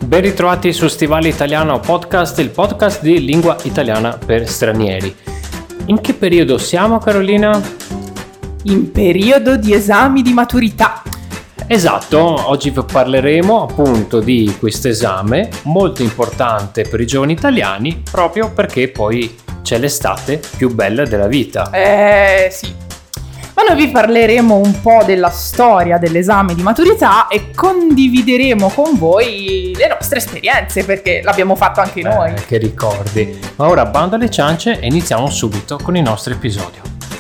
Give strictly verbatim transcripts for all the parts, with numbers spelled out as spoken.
Ben ritrovati su Stivale Italiano Podcast, il podcast di lingua italiana per stranieri. In che periodo siamo, Carolina? In periodo di esami di maturità. Esatto, oggi vi parleremo appunto di questo esame molto importante per i giovani italiani, proprio perché poi c'è l'estate più bella della vita. Eh sì. Ma noi vi parleremo un po' della storia dell'esame di maturità e condivideremo con voi le nostre esperienze, perché l'abbiamo fatto anche Beh, noi. Che ricordi. Ma ora bando alle ciance e iniziamo subito con il nostro episodio.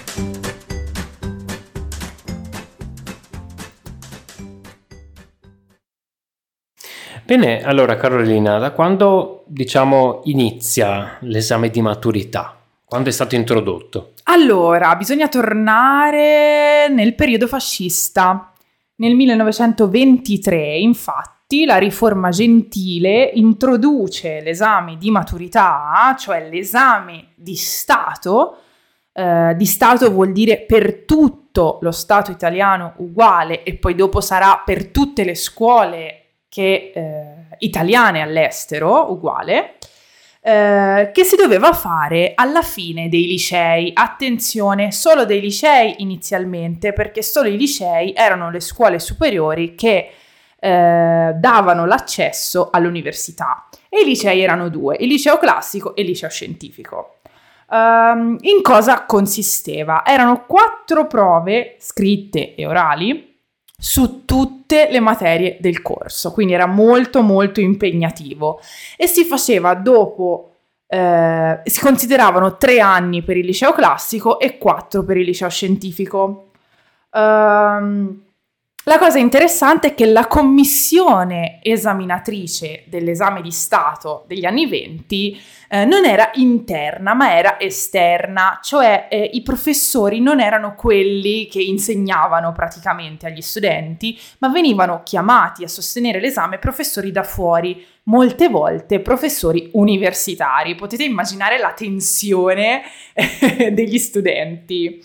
Bene, allora Carolina, da quando diciamo inizia l'esame di maturità? Quando è stato introdotto? Allora, bisogna tornare nel periodo fascista. Nel millenovecentoventitré, infatti, la riforma Gentile introduce l'esame di maturità, cioè l'esame di Stato. Eh, di Stato vuol dire per tutto lo Stato italiano uguale e poi dopo sarà per tutte le scuole che, eh, italiane all'estero uguale. Eh, che si doveva fare alla fine dei licei. Attenzione, solo dei licei inizialmente, perché solo i licei erano le scuole superiori che eh, davano l'accesso all'università. E i licei erano due, il liceo classico e il liceo scientifico. Um, in cosa consisteva? Erano quattro prove scritte e orali su tutte le materie del corso, quindi era molto molto impegnativo e si faceva dopo, eh, si consideravano tre anni per il liceo classico e quattro per il liceo scientifico. Um, la cosa interessante è che la commissione esaminatrice dell'esame di Stato degli anni venti eh, non era interna ma era esterna, cioè eh, i professori non erano quelli che insegnavano praticamente agli studenti, ma venivano chiamati a sostenere l'esame professori da fuori, molte volte professori universitari. Potete immaginare la tensione eh, degli studenti.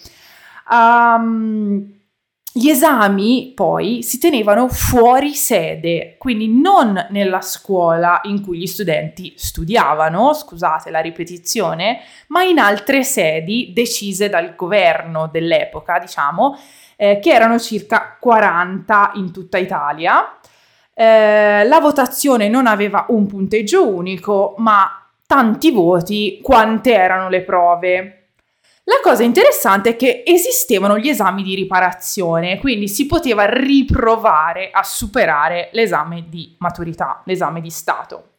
Um, Gli esami poi si tenevano fuori sede, quindi non nella scuola in cui gli studenti studiavano, scusate la ripetizione, ma in altre sedi decise dal governo dell'epoca, diciamo, eh, che erano circa quaranta in tutta Italia. Eh, la votazione non aveva un punteggio unico, ma tanti voti quante erano le prove. La cosa interessante è che esistevano gli esami di riparazione, quindi si poteva riprovare a superare l'esame di maturità, l'esame di Stato.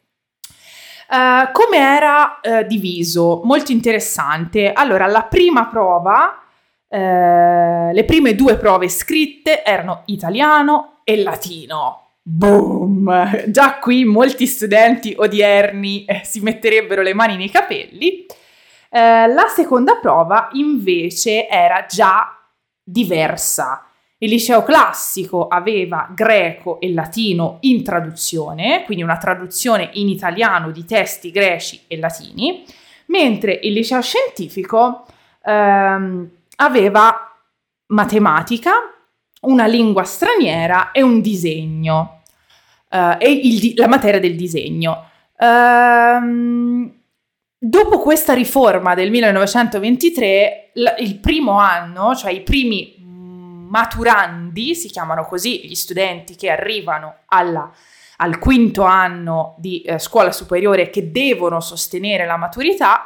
Uh, come era uh, diviso? Molto interessante. Allora, la prima prova, uh, le prime due prove scritte erano italiano e latino. Boom! Già qui molti studenti odierni eh, si metterebbero le mani nei capelli. Eh, la seconda prova invece era già diversa. Il liceo classico aveva greco e latino in traduzione, quindi una traduzione in italiano di testi greci e latini, mentre il liceo scientifico ehm, aveva matematica, una lingua straniera e un disegno, eh, e il, la materia del disegno. Ehm, Dopo questa riforma del millenovecentoventitré, il primo anno, cioè i primi maturandi, si chiamano così gli studenti che arrivano alla, al quinto anno di eh, scuola superiore che devono sostenere la maturità,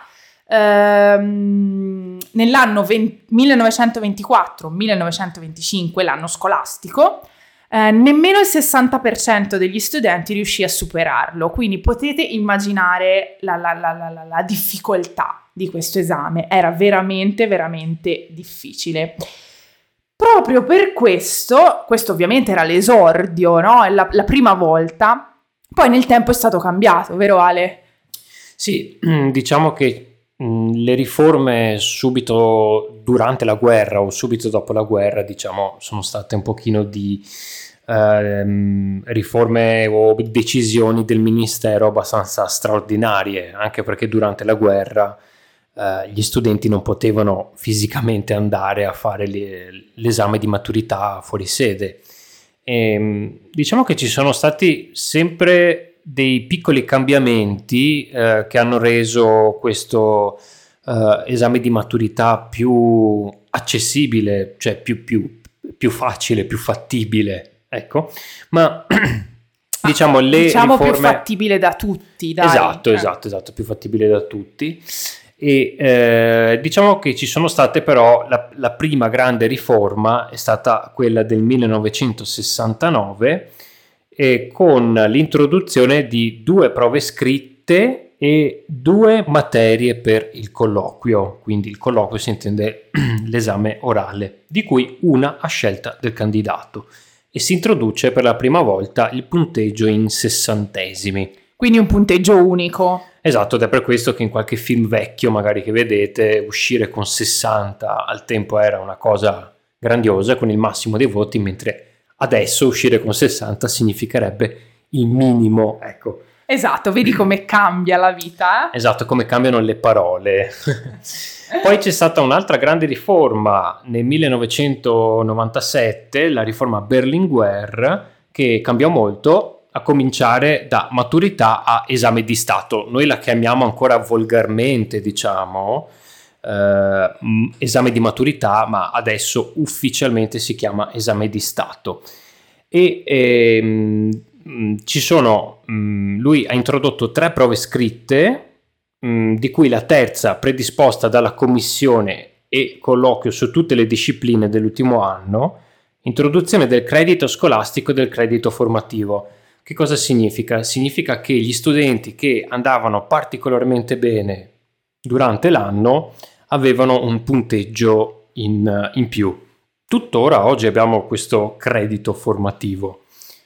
ehm, nell'anno venti, millenovecentoventiquattro millenovecentoventicinque, l'anno scolastico, Eh, nemmeno il sessanta per cento degli studenti riuscì a superarlo, quindi potete immaginare la, la, la, la, la difficoltà di questo esame, era veramente veramente difficile. Proprio per questo, questo ovviamente era l'esordio, no? La, la prima volta, poi nel tempo è stato cambiato, vero Ale? Sì, diciamo che mh, le riforme subito durante la guerra o subito dopo la guerra, diciamo, sono state un pochino di ehm, riforme o decisioni del ministero abbastanza straordinarie, anche perché durante la guerra eh, gli studenti non potevano fisicamente andare a fare le, l'esame di maturità fuori sede. E, diciamo che ci sono stati sempre dei piccoli cambiamenti eh, che hanno reso questo eh, esame di maturità più accessibile, cioè più, più, più facile, più fattibile, ecco, ma diciamo le diciamo riforme... più fattibile da tutti, dai. Esatto, eh. esatto, esatto, più fattibile da tutti. E eh, diciamo che ci sono state però la, la prima grande riforma è stata quella del millenovecentosessantanove, e con l'introduzione di due prove scritte e due materie per il colloquio. Quindi il colloquio si intende l'esame orale, di cui una a scelta del candidato, e si introduce per la prima volta il punteggio in sessantesimi. Quindi un punteggio unico. Esatto, ed è per questo che in qualche film vecchio magari che vedete, uscire con sessanta al tempo era una cosa grandiosa, con il massimo dei voti, mentre adesso uscire con sessanta significherebbe il minimo, ecco. Esatto, vedi come cambia la vita. Eh? Esatto, come cambiano le parole. Poi c'è stata un'altra grande riforma nel millenovecentonovantasette, la riforma Berlinguer, che cambiò molto, a cominciare da maturità a esame di Stato. Noi la chiamiamo ancora volgarmente, diciamo, eh, esame di maturità, ma adesso ufficialmente si chiama esame di Stato. E ehm, ci sono, mh, lui ha introdotto tre prove scritte, mh, di cui la terza predisposta dalla commissione e colloquio su tutte le discipline dell'ultimo anno, introduzione del credito scolastico e del credito formativo. Che cosa significa? Significa che gli studenti che andavano particolarmente bene durante l'anno avevano un punteggio in, in più. Tuttora oggi abbiamo questo credito formativo.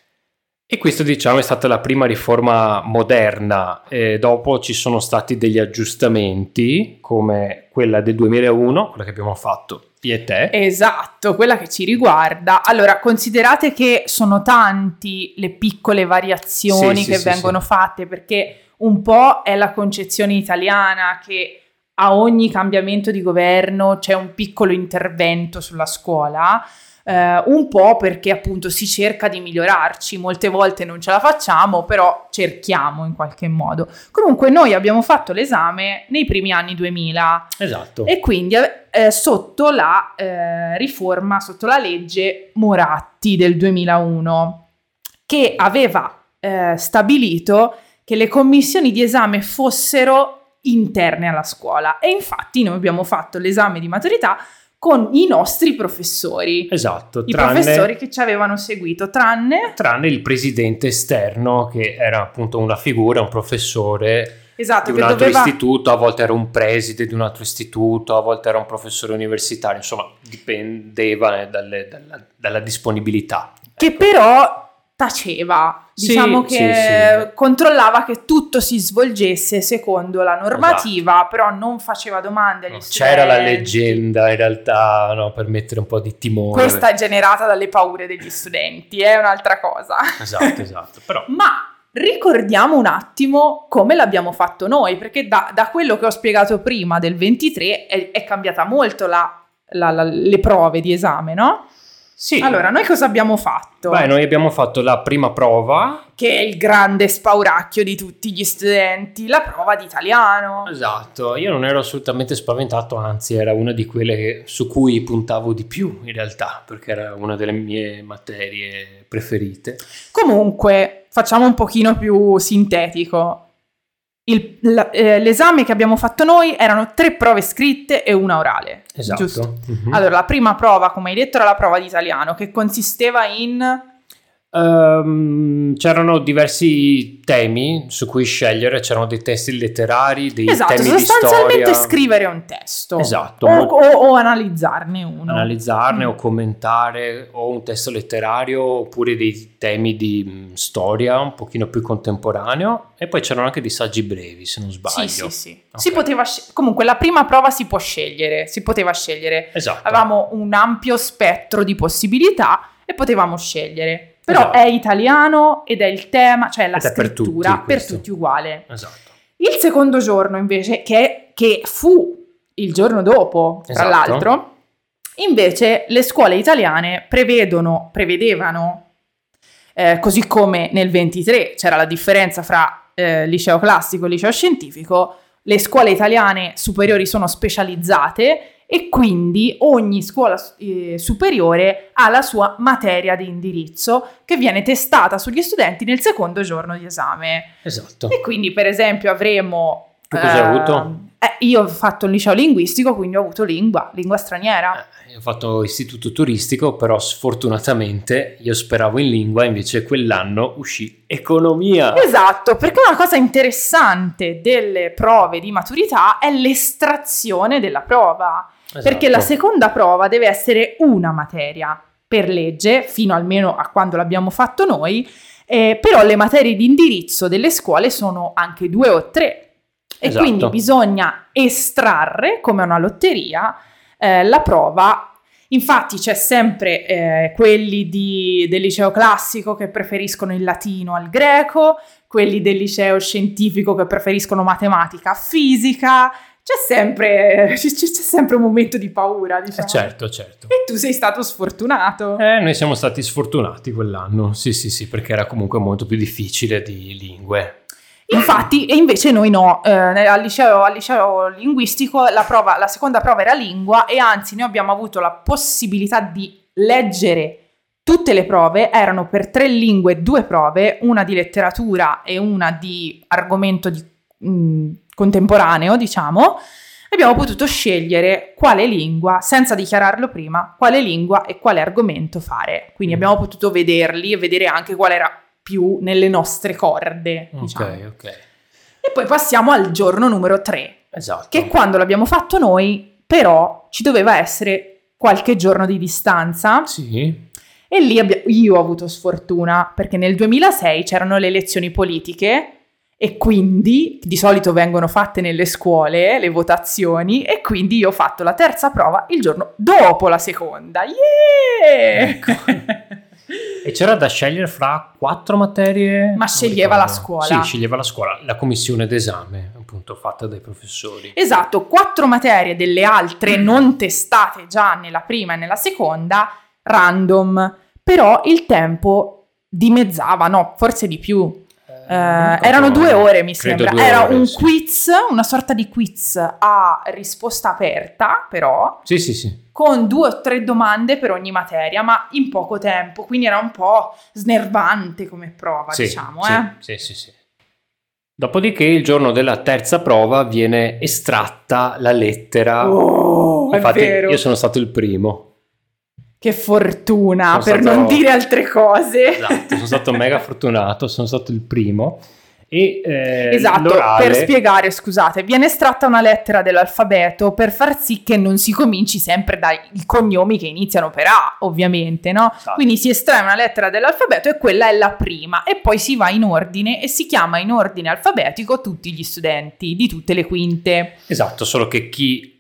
E questo, diciamo, è stata la prima riforma moderna. E dopo ci sono stati degli aggiustamenti, come quella del duemilauno, quella che abbiamo fatto io e te. Esatto, quella che ci riguarda. Allora, considerate che sono tanti le piccole variazioni sì, che sì, vengono sì. fatte, perché un po' è la concezione italiana che a ogni cambiamento di governo c'è un piccolo intervento sulla scuola, eh, un po' perché appunto si cerca di migliorarci, molte volte non ce la facciamo, però cerchiamo in qualche modo. Comunque noi abbiamo fatto l'esame nei primi anni duemila. Esatto. E quindi eh, sotto la eh, riforma, sotto la legge Moratti del duemilauno, che aveva eh, stabilito che le commissioni di esame fossero interne alla scuola, e infatti noi abbiamo fatto l'esame di maturità con i nostri professori. Esatto, I tranne, professori che ci avevano seguito, tranne... tranne il presidente esterno, che era appunto una figura, un professore esatto, di che un altro doveva... istituto, a volte era un preside di un altro istituto, a volte era un professore universitario, insomma dipendeva dalle, dalla, dalla disponibilità. Che ecco. Però taceva, diciamo sì, che sì, sì. controllava che tutto si svolgesse secondo la normativa, esatto. Però non faceva domande agli no, studenti. C'era la leggenda in realtà, no, per mettere un po' di timore. Questa è generata dalle paure degli studenti, è un'altra cosa. Esatto, esatto. Però... Ma ricordiamo un attimo come l'abbiamo fatto noi, perché da, da quello che ho spiegato prima del ventitré è, è cambiata molto la, la, la, le prove di esame, no? Sì. Allora, noi cosa abbiamo fatto? Beh, noi abbiamo fatto la prima prova, che è il grande spauracchio di tutti gli studenti, la prova di italiano. Esatto, io non ero assolutamente spaventato, anzi era una di quelle che, su cui puntavo di più in realtà, perché era una delle mie materie preferite. Comunque, facciamo un pochino più sintetico. Il, la, eh, l'esame che abbiamo fatto noi erano tre prove scritte e una orale. Esatto. Giusto? Mm-hmm. Allora, la prima prova, come hai detto, era la prova di italiano, che consisteva in... Um, c'erano diversi temi su cui scegliere, c'erano dei testi letterari, dei esatto, temi di storia. sostanzialmente scrivere un testo. Esatto. O, o, o analizzarne uno. Analizzarne mm. o commentare o un testo letterario oppure dei temi di mh, storia un pochino più contemporaneo, e poi c'erano anche dei saggi brevi, se non sbaglio. Sì, sì, sì. Okay. Si poteva sc- comunque la prima prova si può scegliere, si poteva scegliere. Esatto. Avevamo un ampio spettro di possibilità e potevamo scegliere. Però esatto. È italiano ed è il tema, cioè la ed scrittura per tutti, per tutti uguale. Esatto. Il secondo giorno invece, che, che fu il giorno dopo, tra esatto. l'altro, invece le scuole italiane prevedono, prevedevano Eh, così come nel ventitré c'era la differenza fra eh, liceo classico e liceo scientifico, le scuole italiane superiori sono specializzate e quindi ogni scuola eh, superiore ha la sua materia di indirizzo che viene testata sugli studenti nel secondo giorno di esame. Esatto. E quindi per esempio avremo... Tu cosa hai eh, avuto? Eh, io ho fatto un liceo linguistico, quindi ho avuto lingua, lingua straniera. Eh, ho fatto istituto turistico, però sfortunatamente io speravo in lingua, invece quell'anno uscì economia. Esatto, perché una cosa interessante delle prove di maturità è l'estrazione della prova. Esatto. Perché la seconda prova deve essere una materia per legge, fino almeno a quando l'abbiamo fatto noi, eh, però le materie di indirizzo delle scuole sono anche due o tre. E Esatto. quindi bisogna estrarre, come una lotteria, eh, la prova. Infatti c'è sempre eh, quelli di, del liceo classico che preferiscono il latino al greco, quelli del liceo scientifico che preferiscono matematica a fisica. C'è sempre, c'è, c'è sempre un momento di paura, diciamo. Eh, certo, certo. E tu sei stato sfortunato. Eh, noi siamo stati sfortunati quell'anno, sì sì sì, perché era comunque molto più difficile di lingue. Infatti, e invece noi no, eh, al, liceo, al liceo linguistico la, prova, la seconda prova era lingua e anzi noi abbiamo avuto la possibilità di leggere tutte le prove, erano per tre lingue due prove, una di letteratura e una di argomento di, mh, contemporaneo, diciamo. Abbiamo potuto scegliere quale lingua, senza dichiararlo prima, quale lingua e quale argomento fare. Quindi abbiamo potuto vederli e vedere anche qual era più nelle nostre corde, diciamo. Ok, ok. E poi passiamo al giorno numero tre, Esatto. che quando l'abbiamo fatto noi, però ci doveva essere qualche giorno di distanza. Sì. E lì abbia- io ho avuto sfortuna, perché nel duemilasei c'erano le elezioni politiche e quindi di solito vengono fatte nelle scuole le votazioni e quindi io ho fatto la terza prova il giorno dopo la seconda. Yeah! Ecco. E c'era da scegliere fra quattro materie? Ma sceglieva la scuola. Sì, sceglieva la scuola, la commissione d'esame, appunto, fatta dai professori. Esatto, quattro materie delle altre non testate già nella prima e nella seconda, random, però il tempo dimezzava, no, forse di più. Eh, erano due ore, mi Credo sembra. due Era ore, un sì. quiz, una sorta di quiz a risposta aperta, però, Sì, sì, sì. con due o tre domande per ogni materia, ma in poco tempo, quindi era un po' snervante come prova, Sì, diciamo, sì, eh. sì, sì, sì. Dopodiché il giorno della terza prova viene estratta la lettera. Oh, Infatti è vero. io sono stato il primo. Che fortuna, Sono per stato- non dire altre cose. Esatto, sono stato mega fortunato, sono stato il primo. E eh, Esatto, l'orale- per spiegare, scusate, viene estratta una lettera dell'alfabeto per far sì che non si cominci sempre dai cognomi che iniziano per A, ovviamente, no? Esatto. Quindi si estrae una lettera dell'alfabeto e quella è la prima e poi si va in ordine e si chiama in ordine alfabetico tutti gli studenti di tutte le quinte. Esatto, solo che chi,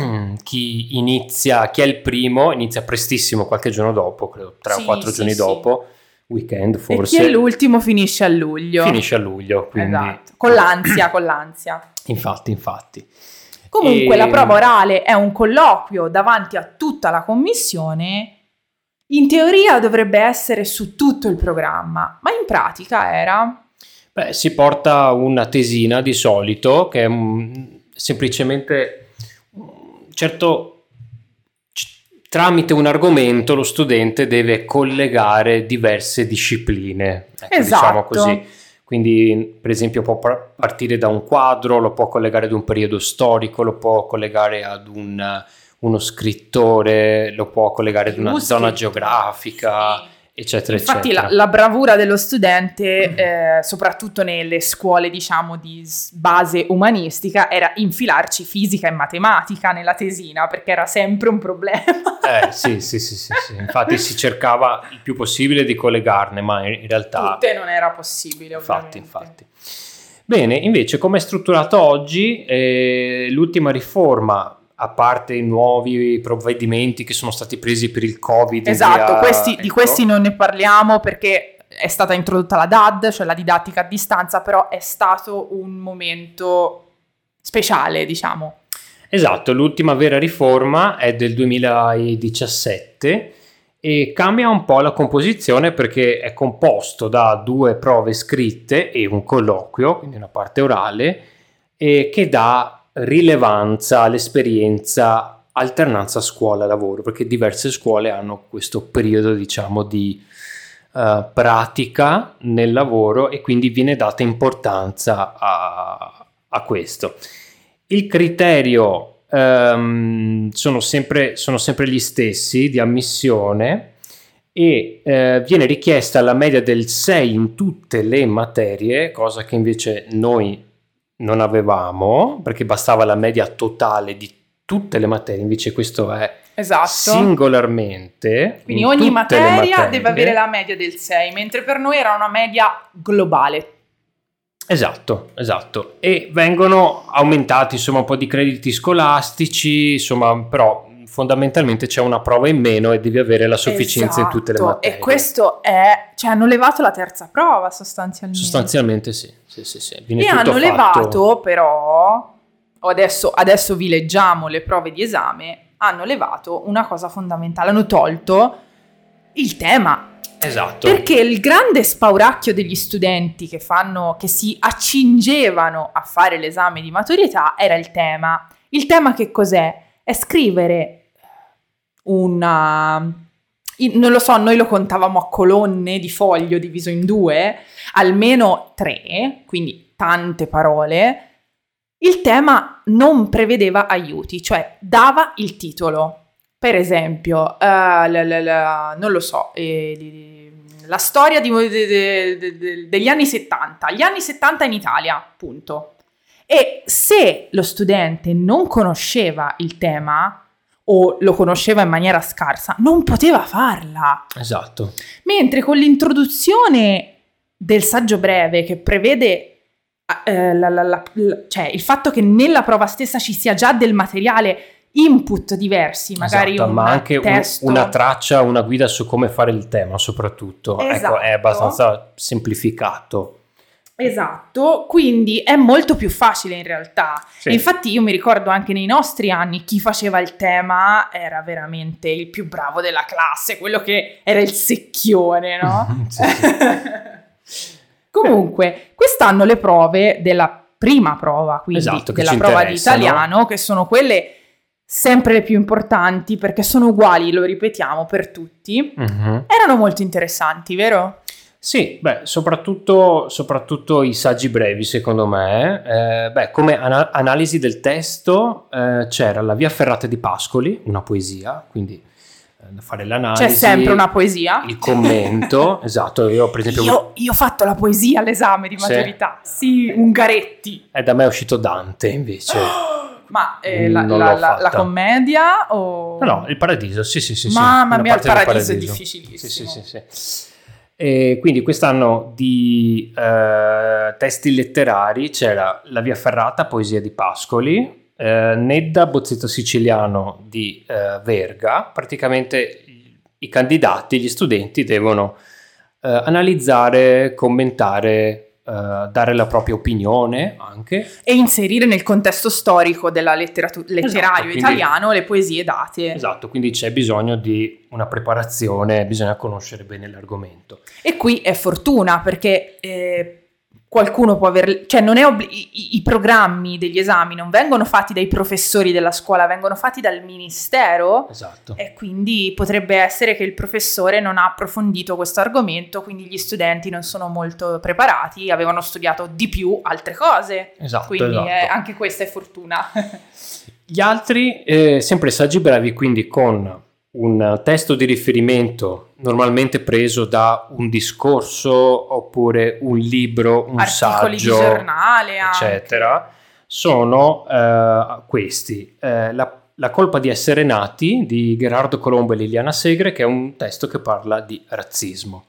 chi inizia, chi è il primo, inizia prestissimo, qualche giorno dopo, credo tre Sì, o quattro sì, giorni sì. dopo, weekend forse. E chi è l'ultimo finisce a luglio. Finisce a luglio, quindi... Esatto, con l'ansia, con l'ansia. Infatti, infatti. Comunque E- la prova orale è un colloquio davanti a tutta la commissione. In teoria dovrebbe essere su tutto il programma, ma in pratica era... Beh, si porta una tesina di solito, che è mm, semplicemente mm, certo c- tramite un argomento lo studente deve collegare diverse discipline, ecco, Esatto. diciamo così. Quindi, per esempio, può par- partire da un quadro, lo può collegare ad un periodo storico, lo può collegare ad un, uno scrittore, lo può collegare ad una Più zona scrittori, geografica, sì. eccetera, Infatti eccetera. la, la bravura dello studente, eh, soprattutto nelle scuole diciamo di s- base umanistica, era infilarci fisica e matematica nella tesina perché era sempre un problema. Eh, sì, sì, sì, sì, sì. Infatti si cercava il più possibile di collegarne, ma in in realtà... Tutte non era possibile, Infatti, ovviamente. infatti. Bene, invece, come è strutturato oggi, eh, l'ultima riforma, a parte i nuovi provvedimenti che sono stati presi per il Covid... e Esatto, via- questi- di ecco. questi non ne parliamo perché è stata introdotta la D A D, cioè la didattica a distanza, però è stato un momento speciale, diciamo. Esatto, l'ultima vera riforma è del duemiladiciassette e cambia un po' la composizione perché è composto da due prove scritte e un colloquio, quindi una parte orale, e che dà rilevanza all'esperienza alternanza scuola-lavoro, perché diverse scuole hanno questo periodo, diciamo, di uh, pratica nel lavoro e quindi viene data importanza a, a questo. Il criterio Um, sono sempre, sono sempre gli stessi di ammissione e uh, viene richiesta la media del sei in tutte le materie, cosa che invece noi non avevamo perché bastava la media totale di tutte le materie, invece questo è esatto. singolarmente. Quindi ogni materia materie, deve avere la media del sei, mentre per noi era una media globale. Esatto, esatto. E vengono aumentati insomma un po' di crediti scolastici, insomma, però fondamentalmente c'è una prova in meno e devi avere la sufficienza esatto. in tutte le materie. E questo è, cioè hanno levato la terza prova sostanzialmente. Sostanzialmente sì, sì, sì, sì. Viene e tutto hanno fatto. levato però, adesso, adesso vi leggiamo le prove di esame, hanno levato una cosa fondamentale, hanno tolto il tema. Esatto. Perché il grande spauracchio degli studenti che fanno, che si accingevano a fare l'esame di maturità era il tema. Il tema che cos'è? È scrivere una... non lo so, noi lo contavamo a colonne di foglio diviso in due, almeno tre, quindi tante parole. Il tema non prevedeva aiuti, cioè dava il titolo. Per esempio, uh, la, la, la, non lo so, eh, la storia di, de, de, de, de, degli anni settanta, gli anni settanta in Italia, punto. E se lo studente non conosceva il tema o lo conosceva in maniera scarsa, non poteva farla. Esatto. Mentre con l'introduzione del saggio breve che prevede eh, la, la, la, la, cioè il fatto che nella prova stessa ci sia già del materiale, input diversi, magari esatto, un ma anche testo. Un, una traccia, una guida su come fare il tema soprattutto, esatto. Ecco, è abbastanza semplificato. Esatto, quindi è molto più facile in realtà. Sì. Infatti io mi ricordo anche nei nostri anni chi faceva il tema era veramente il più bravo della classe, quello che era il secchione, no? sì, sì. Comunque, quest'anno le prove della prima prova, quindi esatto, della prova di italiano, che sono quelle sempre le più importanti perché sono uguali, lo ripetiamo, per tutti, uh-huh. erano molto interessanti, vero? Sì, beh, soprattutto, soprattutto i saggi brevi, secondo me. Eh, beh, come ana- analisi del testo eh, c'era La via ferrata di Pascoli, una poesia, quindi eh, da fare l'analisi. C'è sempre una poesia. Il commento, esatto. Io, per esempio, io, io ho fatto la poesia all'esame di maturità, sì, sì Ungaretti. E da me è uscito Dante, invece. Ma eh, la, la, la, la commedia o... No, no, il paradiso, sì, sì, sì. Mamma sì, mia, il paradiso, paradiso è difficilissimo. Sì, sì, sì, sì. E quindi quest'anno di eh, testi letterari c'era La via ferrata, poesia di Pascoli, eh, Nedda, bozzetto siciliano di eh, Verga. Praticamente i, i candidati, gli studenti devono eh, analizzare, commentare, Uh, dare la propria opinione anche e inserire nel contesto storico della letteratura letterario esatto, quindi, italiano le poesie date. Esatto, quindi c'è bisogno di una preparazione, bisogna conoscere bene l'argomento. E qui è fortuna perché eh, qualcuno può aver, cioè non è obbli- i, i programmi degli esami non vengono fatti dai professori della scuola, vengono fatti dal ministero. Esatto. E quindi potrebbe essere che il professore non ha approfondito questo argomento, quindi gli studenti non sono molto preparati, avevano studiato di più altre cose. Esatto, quindi esatto. È, anche questa è fortuna. Gli altri, eh, sempre saggi brevi, quindi con un testo di riferimento normalmente preso da un discorso oppure un libro, un articoli saggio, di giornale, eccetera, anche. Sono eh, questi. Eh, la, la colpa di essere nati di Gherardo Colombo e Liliana Segre, che è un testo che parla di razzismo.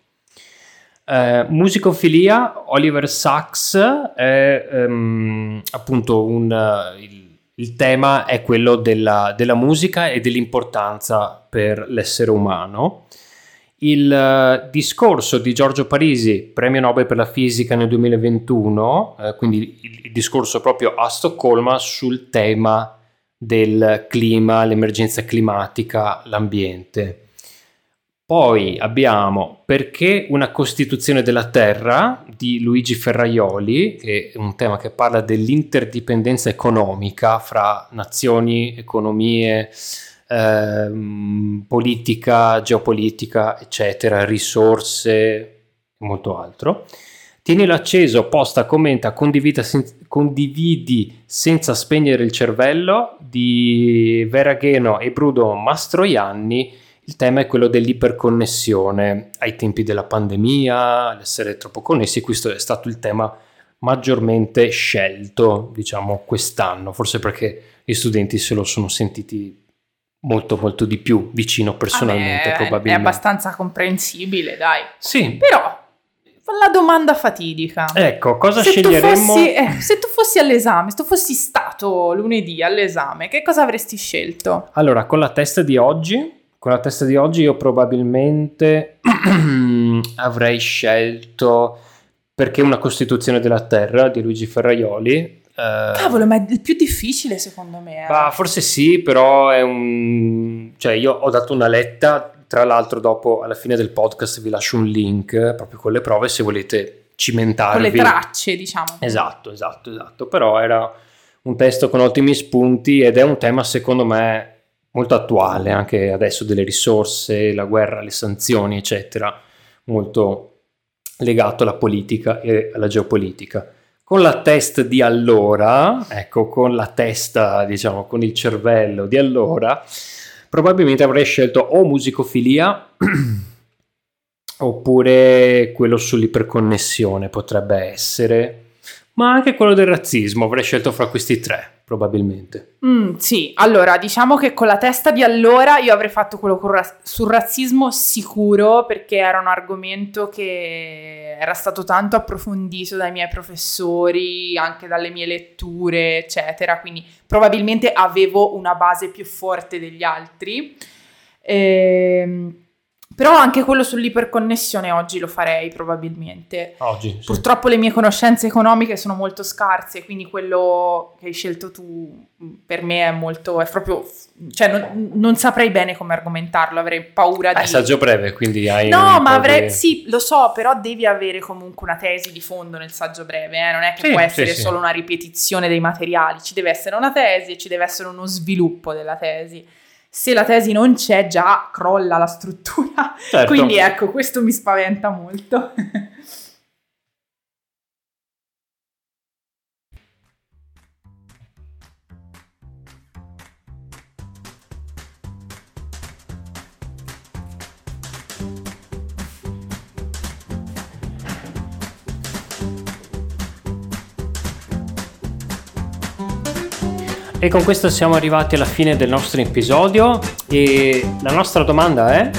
Eh, musicofilia, Oliver Sacks è ehm, appunto un... Uh, il, Il tema è quello della, della musica e dell'importanza per l'essere umano. Il uh, discorso di Giorgio Parisi, premio Nobel per la fisica nel duemilaventuno, eh, quindi il, il discorso proprio a Stoccolma sul tema del clima, l'emergenza climatica, l'ambiente. Poi abbiamo Perché una Costituzione della Terra di Luigi Ferraioli, che è un tema che parla dell'interdipendenza economica fra nazioni, economie, ehm, politica, geopolitica, eccetera, risorse e molto altro. Tienilo acceso, posta, commenta, condivida sen- condividi senza spegnere il cervello di Veragheno e Bruno Mastroianni. Il tema è quello dell'iperconnessione ai tempi della pandemia, l'essere troppo connessi. Questo è stato il tema maggiormente scelto, diciamo, quest'anno, forse perché gli studenti se lo sono sentiti molto molto di più vicino personalmente. Vabbè, probabilmente è abbastanza comprensibile, dai. Sì, Però la domanda fatidica. Ecco, cosa se sceglieremmo? Tu fossi, eh, se tu fossi all'esame, se tu fossi stato lunedì all'esame, che cosa avresti scelto? Allora, con la testa di oggi, con la testa di oggi io probabilmente avrei scelto Perché una Costituzione della Terra di Luigi Ferraioli. Eh, Cavolo, ma è il più difficile secondo me. Eh. bah, forse sì, però è un... Cioè, io ho dato una letta. Tra l'altro dopo, alla fine del podcast, vi lascio un link proprio con le prove se volete cimentarvi. Con le tracce, diciamo. Esatto, esatto, esatto. Però era un testo con ottimi spunti ed è un tema, secondo me, molto attuale, anche adesso, delle risorse, la guerra, le sanzioni, eccetera. Molto legato alla politica e alla geopolitica. Con la testa di allora, ecco, con la testa, diciamo, con il cervello di allora, probabilmente avrei scelto o musicofilia oppure quello sull'iperconnessione potrebbe essere, ma anche quello del razzismo. Avrei scelto fra questi tre probabilmente. Mm, sì, allora diciamo che con la testa di allora io avrei fatto quello con ra- sul razzismo sicuro, perché era un argomento che era stato tanto approfondito dai miei professori, anche dalle mie letture, eccetera, quindi probabilmente avevo una base più forte degli altri. Ehm, però anche quello sull'iperconnessione oggi lo farei probabilmente. Oggi, sì. Purtroppo le mie conoscenze economiche sono molto scarse, quindi quello che hai scelto tu per me è molto, è proprio, cioè non, non saprei bene come argomentarlo, avrei paura di... È saggio breve, quindi hai... No, un ma po' avrei, di... sì, lo so, però devi avere comunque una tesi di fondo nel saggio breve, eh? Non è che Sì, può sì, essere sì. solo una ripetizione dei materiali, ci deve essere una tesi e ci deve essere uno sviluppo della tesi. Se la tesi non c'è, già crolla la struttura. Certo. Quindi ecco, questo mi spaventa molto. E con questo siamo arrivati alla fine del nostro episodio e la nostra domanda è: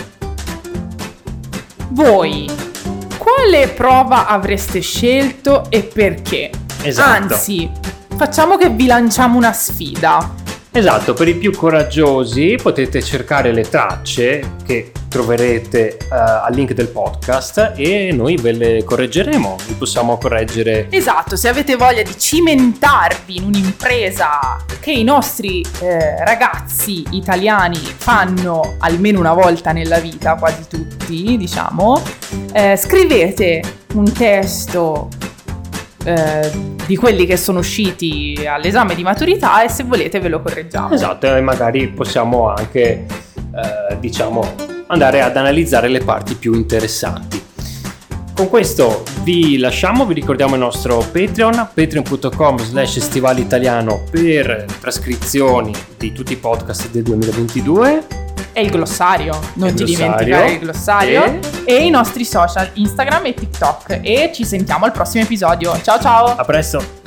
Voi, quale prova avreste scelto e perché? Esatto. Anzi, facciamo che vi lanciamo una sfida. Esatto, per i più coraggiosi potete cercare le tracce che troverete uh, al link del podcast e noi ve le correggeremo, vi possiamo correggere. Esatto, se avete voglia di cimentarvi in un'impresa che i nostri eh, ragazzi italiani fanno almeno una volta nella vita, quasi tutti, diciamo, eh, scrivete un testo eh, di quelli che sono usciti all'esame di maturità e se volete ve lo correggiamo. Esatto, e magari possiamo anche, eh, diciamo, andare ad analizzare le parti più interessanti. Con questo vi lasciamo, vi ricordiamo il nostro Patreon, patreon punto com slash stivale italiano per trascrizioni di tutti i podcast del duemilaventidue. E il glossario, non Il ti glossario. dimenticare il glossario. E... e i nostri social Instagram e TikTok. E ci sentiamo al prossimo episodio. Ciao ciao! A presto!